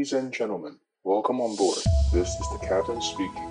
Ladies and gentlemen, welcome on board. This is the captain speaking.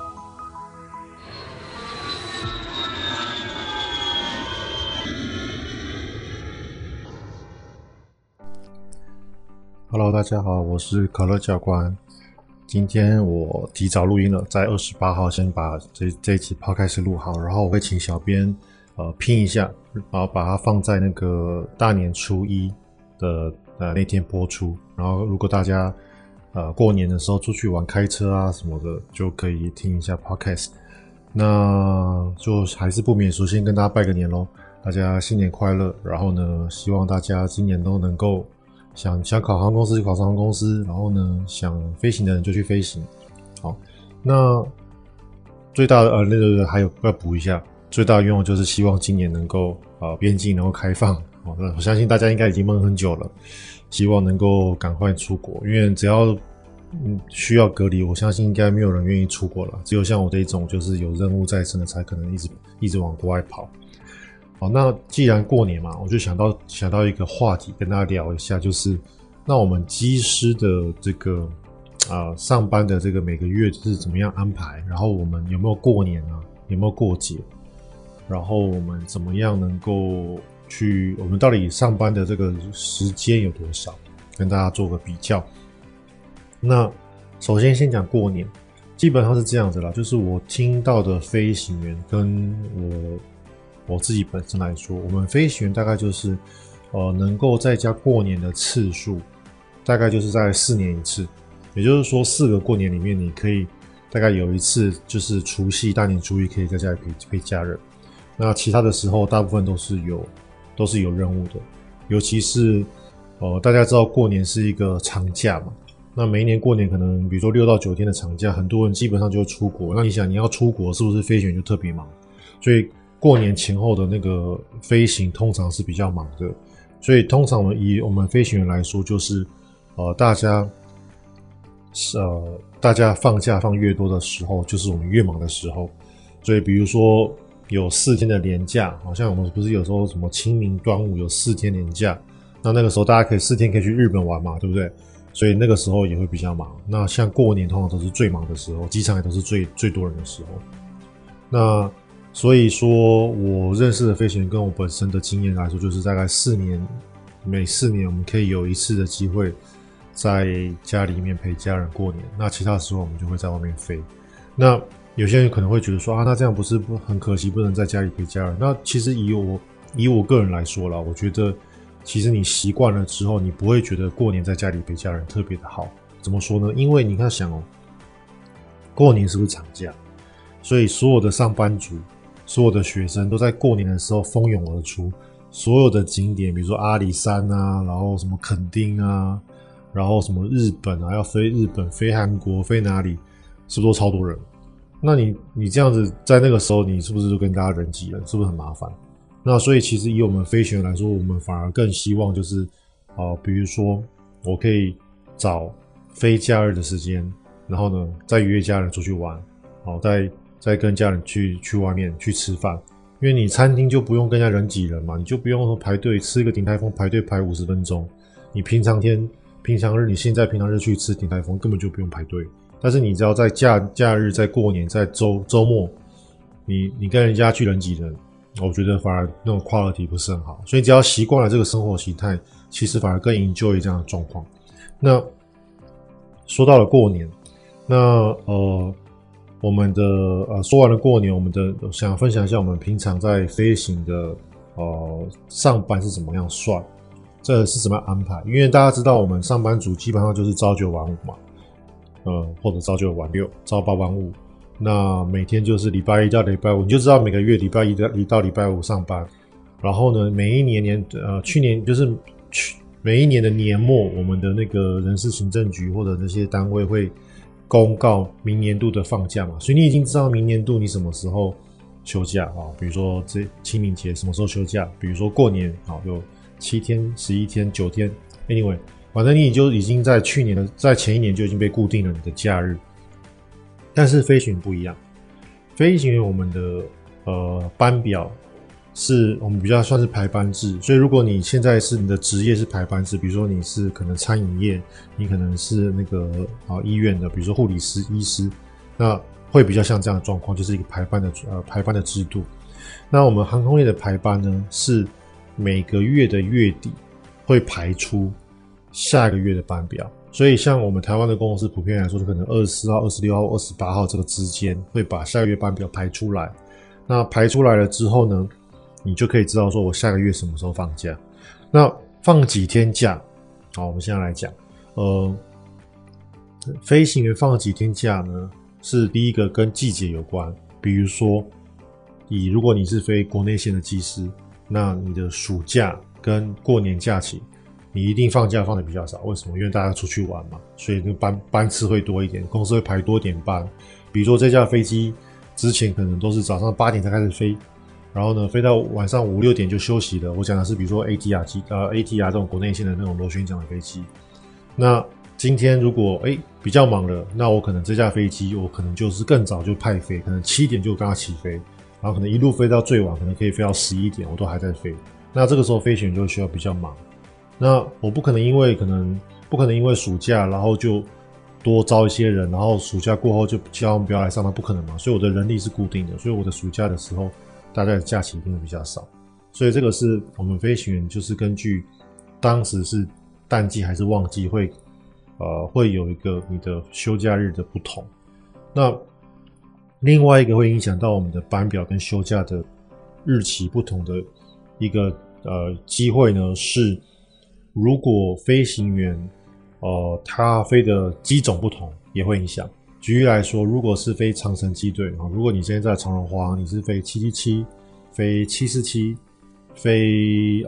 Hello， 大家好，我是可乐教官。今天我提早录音了，在28号先把这一期 podcast 录好，然后我会请小编拼一下，然后把它放在那个大年初一的那天播出。然后如果大家过年的时候出去玩开车啊什么的，就可以听一下 podcast。那就还是不免俗，先跟大家拜个年咯，大家新年快乐。然后呢，希望大家今年都能够想考航空公司就考上航空公司，然后呢，想飞行的人就去飞行。好，那最大的那个还有要补一下，最大的愿望就是希望今年能够边境能够开放。那我相信大家应该已经闷很久了，希望能够赶快出国，因为只要需要隔离，我相信应该没有人愿意出国了。只有像我这种就是有任务在身的，才可能一直往国外跑。好，那既然过年嘛，我就想到一个话题跟大家聊一下，就是那我们机师的这个上班的这个每个月是怎么样安排，然后我们有没有过年啊，有没有过节，然后我们怎么样能够我们到底上班的这个时间有多少，跟大家做个比较。那首先讲过年，基本上是这样子啦，就是我听到的飞行员跟我自己本身来说，我们飞行员大概就是能够在家过年的次数大概就是在4年一次，也就是说4个过年里面你可以大概有一次就是除夕大年初一可以在家里陪家人，那其他的时候大部分都是有任务的。尤其是大家知道过年是一个长假嘛，那每一年过年可能比如说6到9天的长假，很多人基本上就会出国，那你想你要出国是不是飞行员就特别忙，所以过年前后的那个飞行通常是比较忙的。所以通常以我们飞行员来说，就是大家放假放越多的时候，就是我们越忙的时候。所以比如说有4天的连假，好像我们不是有时候什么清明端午有4天连假，那个时候大家可以4天可以去日本玩嘛，对不对？所以那个时候也会比较忙。那像过年通常都是最忙的时候，机场也都是最多人的时候。那所以说我认识的飞行员跟我本身的经验来说，就是大概每4年我们可以有一次的机会在家里面陪家人过年，那其他的时候我们就会在外面飞。那有些人可能会觉得说那这样不是很可惜，不能在家里陪家人。那其实以我个人来说啦，我觉得其实你习惯了之后，你不会觉得过年在家里陪家人特别的好。怎么说呢？因为你看想过年是不是长假，所以所有的上班族所有的学生都在过年的时候蜂拥而出，所有的景点比如说阿里山啊，然后什么垦丁啊，然后什么日本啊，要飞日本飞韩国飞哪里，是不是都超多人？那你这样子在那个时候你是不是就跟大家人挤人，是不是很麻烦？那所以其实以我们飞行员来说，我们反而更希望就是比如说我可以找非假日的时间，然后呢再约家人出去玩，再跟家人去外面去吃饭。因为你餐厅就不用跟人家人挤人嘛，你就不用说排队吃一个鼎泰丰排队排50分钟。你平常日你现在平常日去吃鼎泰丰根本就不用排队，但是你只要在假日在过年在周末你跟人家去人挤人，我觉得反而那种quality不是很好。所以只要习惯了这个生活形态，其实反而更 enjoy 这样的状况。那说到了过年，那我们的说完了过年，我想分享一下我们平常在飞行的上班是怎么样算，这是怎么样安排。因为大家知道我们上班族基本上就是朝9晚5嘛，或者朝9晚6，朝8晚5。那每天就是礼拜一到礼拜五，你就知道每个月礼拜一到礼拜五上班。然后呢，每一年去年就是每一年的年末，我们的那个人事行政局或者那些单位会公告明年度的放假嘛，所以你已经知道明年度你什么时候休假比如说这清明节什么时候休假，比如说过年有7天、11天、9天 ，anyway， 反正你就已经在前一年就已经被固定了你的假日。但是飞行员不一样，飞行员我们的班表是我们比较算是排班制，所以如果你现在是你的职业是排班制，比如说你是可能餐饮业，你可能是那个医院的，比如说护理师、医师，那会比较像这样的状况，就是一个排班的制度。那我们航空业的排班呢，是每个月的月底会排出下个月的班表，所以像我们台湾的公司普遍来说，可能24号、26号、28号这个之间会把下个月班表排出来。那排出来了之后呢，你就可以知道说我下个月什么时候放假。那放几天假？好，我们现在来讲，飞行员放几天假呢？是第一个跟季节有关，比如说，如果你是飞国内线的机师，那你的暑假跟过年假期，你一定放假放的比较少。为什么？因为大家出去玩嘛，所以那个班次会多一点，公司会排多点班。比如说这架飞机之前可能都是早上8点才开始飞，然后呢飞到晚上5、6点就休息了。我讲的是比如说 ATR 这种国内线的那种螺旋桨的飞机。那今天如果比较忙了，那我可能这架飞机我可能就是更早就派飞，可能7点就跟它起飞，然后可能一路飞到最晚，可能可以飞到11点，我都还在飞。那这个时候飞行员就需要比较忙。那我不可能因为暑假然后就多招一些人，然后暑假过后就叫他们不要来上班，不可能嘛。所以我的人力是固定的，所以我的暑假的时候大家的假期一定会比较少。所以这个是我们飞行员就是根据当时是淡季还是旺季会有一个你的休假日的不同。那另外一个会影响到我们的班表跟休假的日期不同的一个机会呢，是如果飞行员他飞的机种不同也会影响。举例来说，如果是飞长程机队，如果你现在在长荣华航，你是飞777、飞747、飞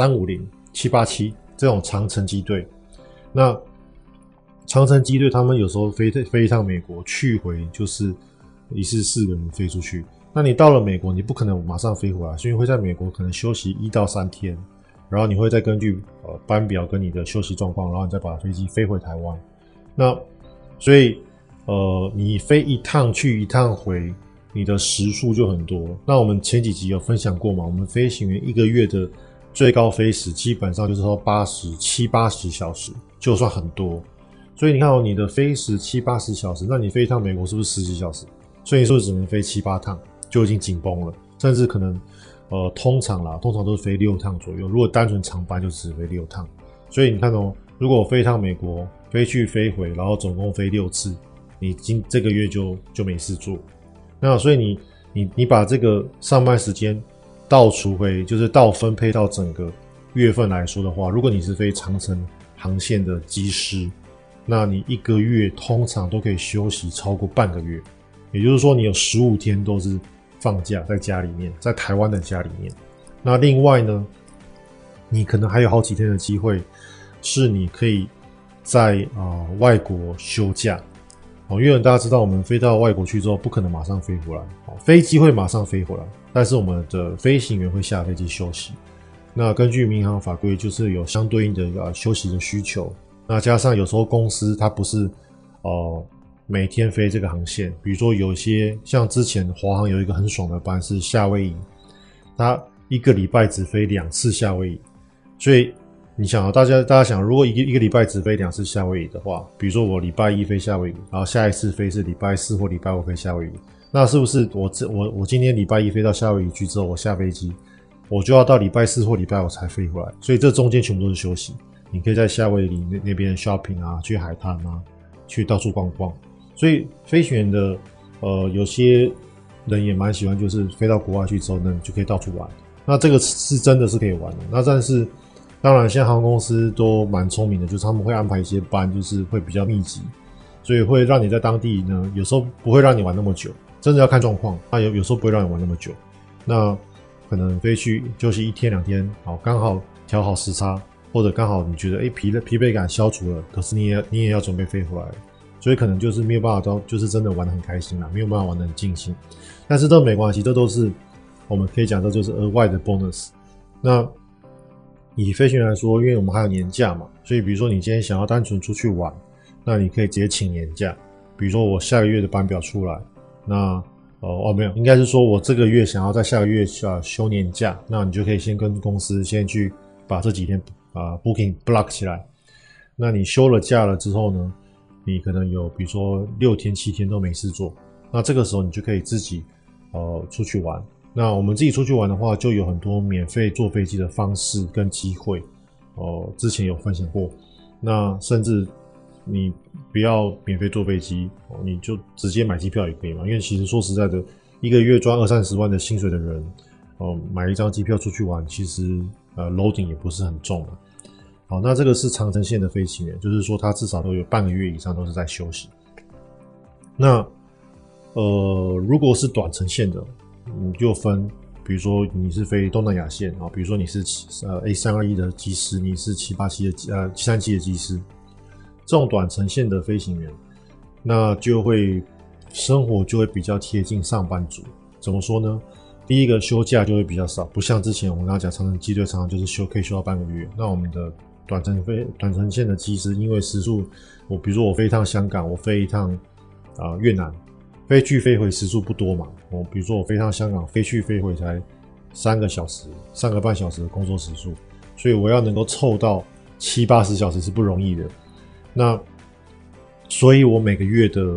350、787这种长程机队，那长程机队他们有时候飞一趟美国，去回就是一次4个人飞出去。那你到了美国，你不可能马上飞回来，所以会在美国可能休息1到3天，然后你会再根据班表跟你的休息状况，然后你再把飞机飞回台湾。那所以你飞一趟去一趟回，你的时数就很多。那我们前几集有分享过嘛，我们飞行员一个月的最高飞时基本上就是说7、80小时，就算很多。所以你看你的飞时7、80小时，那你飞一趟美国是不是10几小时？所以你是不是只能飞7、8趟就已经紧绷了？甚至可能通常都是飞6趟左右，如果单纯长班就只飞6趟。所以你看如果我飞一趟美国，飞去飞回，然后总共飞6次，你这个月就没事做。那所以你把这个上班时间倒除回，就是倒分配到整个月份来说的话，如果你是飞长程航线的机师，那你一个月通常都可以休息超过半个月，也就是说你有15天都是放假在家里面，在台湾的家里面。那另外呢，你可能还有好几天的机会是你可以在外国休假。因为大家知道我们飞到外国去之后不可能马上飞回来，飞机会马上飞回来，但是我们的飞行员会下飞机休息。那根据民航法规就是有相对应的休息的需求。那加上有时候公司它不是每天飞这个航线，比如说有些像之前华航有一个很爽的班是夏威夷，它一个礼拜只飞2次夏威夷。所以你想大家想，如果一个礼拜只飞2次夏威夷的话，比如说我礼拜1飞夏威夷，然后下一次飞是礼拜4或礼拜5飞夏威夷，那是不是我今天礼拜1飞到夏威夷去之后，我下飞机我就要到礼拜4或礼拜5才飞回来？所以这中间全部都是休息。你可以在夏威夷那边 shopping 啊，去海滩啊，去到处逛逛。所以飞行员的有些人也蛮喜欢，就是飞到国外去之后呢，就可以到处玩。那这个是真的是可以玩的。那但是当然现在航空公司都蛮聪明的，就是他们会安排一些班，就是会比较密集，所以会让你在当地呢，有时候不会让你玩那么久，真的要看状况。那有时候不会让你玩那么久，那可能飞去休息1天2天，刚好调好时差，或者刚好你觉得疲惫感消除了，可是你也要准备飞回来了，所以可能就是没有办法到，就是真的玩得很开心啦，没有办法玩得很尽兴。但是这没关系，这都是我们可以讲，这就是额外的 bonus。那以飞行员来说，因为我们还有年假嘛，所以比如说你今天想要单纯出去玩，那你可以直接请年假。比如说我下个月的班表出来，那没有，应该是说我这个月想要在下个月休年假，那你就可以先跟公司先去把这几天booking block 起来。那你休了假了之后呢，你可能有比如说6天7天都没事做，那这个时候你就可以自己出去玩。那我们自己出去玩的话，就有很多免费坐飞机的方式跟机会，之前有分享过。那甚至你不要免费坐飞机，你就直接买机票也可以嘛。因为其实说实在的，一个月赚20-30万的薪水的人，买一张机票出去玩，其实loading 也不是很重嘛。好，那这个是长程线的飞行员，就是说他至少都有半个月以上都是在休息。那如果是短程线的，你就分，比如说你是飞东南亚线啊，比如说你是A321的机师，你是787的737的机师，这种短程线的飞行员，那就会生活就会比较贴近上班族。怎么说呢？第一个休假就会比较少，不像之前我们刚刚讲长程机队常常就是可以休到半个月。那我们的短程线的机师，因为时速，比如说我飞一趟香港，我飞一趟越南，飞去飞回时速不多嘛。比如说我飞一趟香港，飞去飞回才3个半小时的工作时数，所以我要能够凑到70-80小时是不容易的。那所以我每个月的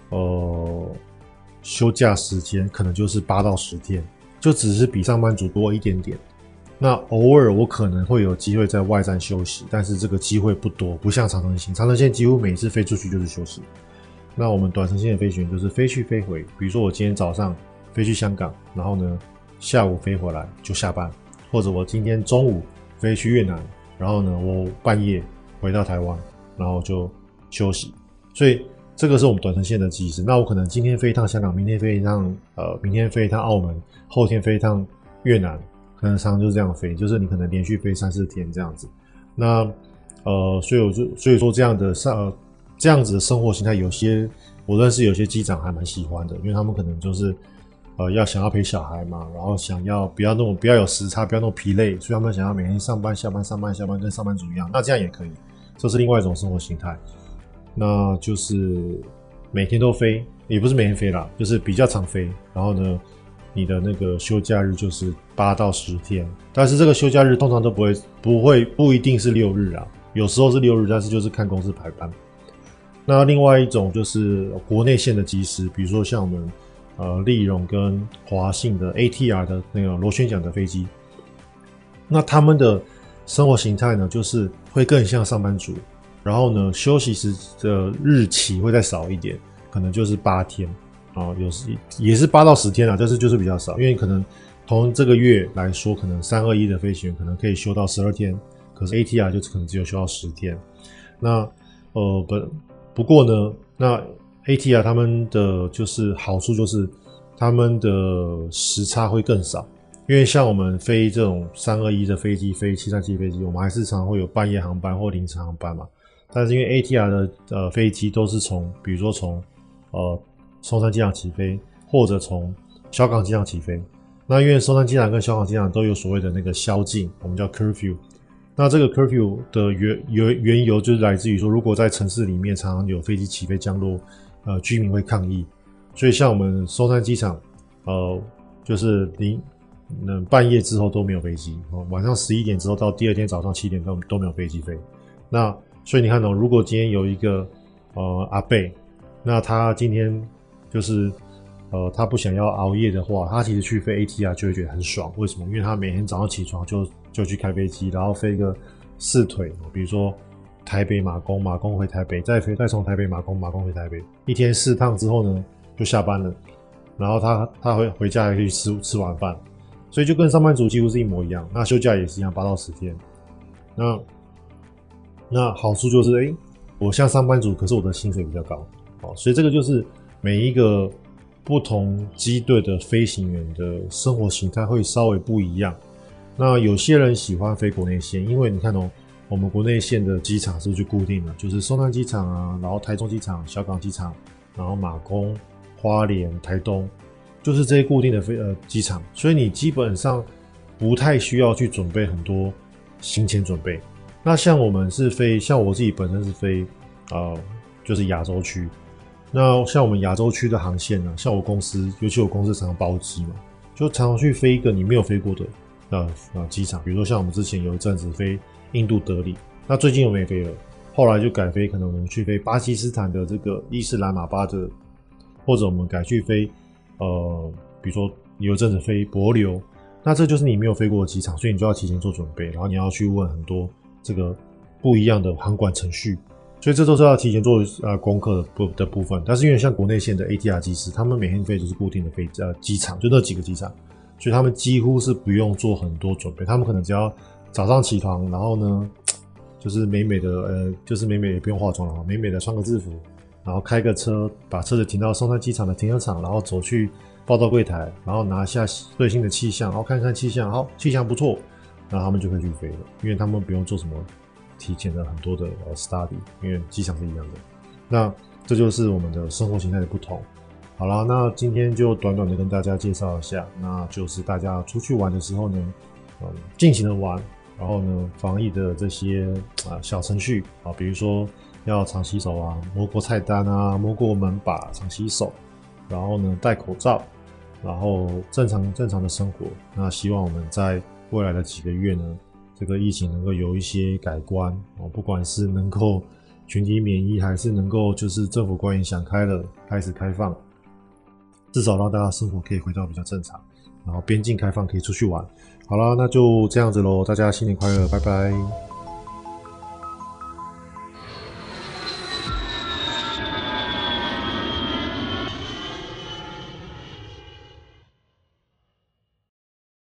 休假时间可能就是8到10天，就只是比上班族多一点点。那偶尔我可能会有机会在外站休息，但是这个机会不多，不像长程线。长程线几乎每次飞出去就是休息。那我们短程线的飞行员就是飞去飞回，比如说我今天早上飞去香港，然后呢下午飞回来就下班，或者我今天中午飞去越南，然后呢我半夜回到台湾，然后就休息。所以这个是我们短程线的机师。那我可能今天飞一趟香港，明天飞一趟澳门，后天飞一趟越南，可能常常就是这样飞，就是你可能连续飞3-4天这样子。那所以说这样子的生活形态，我认识有些机长还蛮喜欢的，因为他们可能就是想要陪小孩嘛，然后想要不要有时差，不要那么疲累，所以他们想要每天上班下班上班下班，跟上班族一样。那这样也可以，这是另外一种生活形态。那就是每天都飞，也不是每天飞啦，就是比较常飞。然后呢，你的那个休假日就是8到10天，但是这个休假日通常都不一定是6日啊，有时候是6日，但是就是看公司排班。那另外一种就是国内线的机师，比如说像我们立荣跟华信的 ATR 的那个螺旋桨的飞机，那他们的生活形态呢，就是会更像上班族，然后呢休息时的日期会再少一点，可能就是8天有时也是8到10天啊，但是就是比较少，因为可能同这个月来说，可能321的飞行员可能可以休到12天，可是 ATR 就可能只有休到10天。那不过呢，那 ATR 他们的就是好处就是他们的时差会更少，因为像我们飞这种321的飞机，飞737飞机，我们还是常会有半夜航班或凌晨航班嘛。但是因为 ATR 的飞机都是比如说从松山机场起飞，或者从小港机场起飞。那因为松山机场跟小港机场都有所谓的那个宵禁，我们叫 curfew。那这个 curfew 的缘由就是来自于说，如果在城市里面常常有飞机起飞降落，居民会抗议，所以像我们松山机场，就是半夜之后都没有飞机，晚上11点之后到第二天早上7点都没有飞机飞。那所以你看如果今天有一个阿伯，那他今天就是他不想要熬夜的话，他其实去飞 ATR 就会觉得很爽。为什么？因为他每天早上起床就去开飞机，然后飞个4腿，比如说台北马公回台北，再从台北马公回台北，一天4趟之后呢就下班了，然后他回家还可以吃晚饭，所以就跟上班族几乎是一模一样。那休假也是一样，8到10天。那好处就是我像上班族，可是我的薪水比较高，所以这个就是每一个不同机队的飞行员的生活形态会稍微不一样。那有些人喜欢飞国内线，因为你看我们国内线的机场是不是就固定了，就是松山机场啊，然后台中机场、小港机场，然后马公、花莲、台东，就是这些固定的机场，所以你基本上不太需要去准备很多行前准备。那像我们是飞，像我自己本身是飞就是亚洲区， 那像我们亚洲区的航线呢，像我公司，尤其我公司常常包机嘛，就常常去飞一个你没有飞过的机场，比如说像我们之前有一阵子飞印度德里，那最近我们也飞了，后来就改飞，可能我们去飞巴基斯坦的这个伊斯兰马巴德，或者我们改去飞比如说有一阵子飞帛琉，那这就是你没有飞过的机场，所以你就要提前做准备，然后你要去问很多这个不一样的航管程序。所以这都是要提前做功课的部分，但是因为像国内线的 ATR 机师，他们每天飞就是固定的机场，就那几个机场，所以他们几乎是不用做很多准备，他们可能只要早上起床，然后呢，就是美美的就是美美也不用化妆了，美美的穿个制服，然后开个车，把车子停到松山机场的停车场，然后走去报到柜台，然后拿下最新的气象，然后看看气象，好，气象不错，然后他们就可以去飞了，因为他们不用做什么提前的很多的study， 因为机场是一样的。那这就是我们的生活形态的不同。好啦，那今天就短短的跟大家介绍一下，那就是大家出去玩的时候呢，尽情的玩，然后呢，防疫的这些小程序啊，比如说要常洗手啊，摸过菜单啊，摸过门把，常洗手，然后呢戴口罩，然后正常的生活。那希望我们在未来的几个月呢，这个疫情能够有一些改观哦，不管是能够群体免疫，还是能够就是政府官员想开了，开始开放，至少让大家生活可以回到比较正常，然后边境开放可以出去玩。好啦，那就这样子咯，大家新年快乐，拜拜。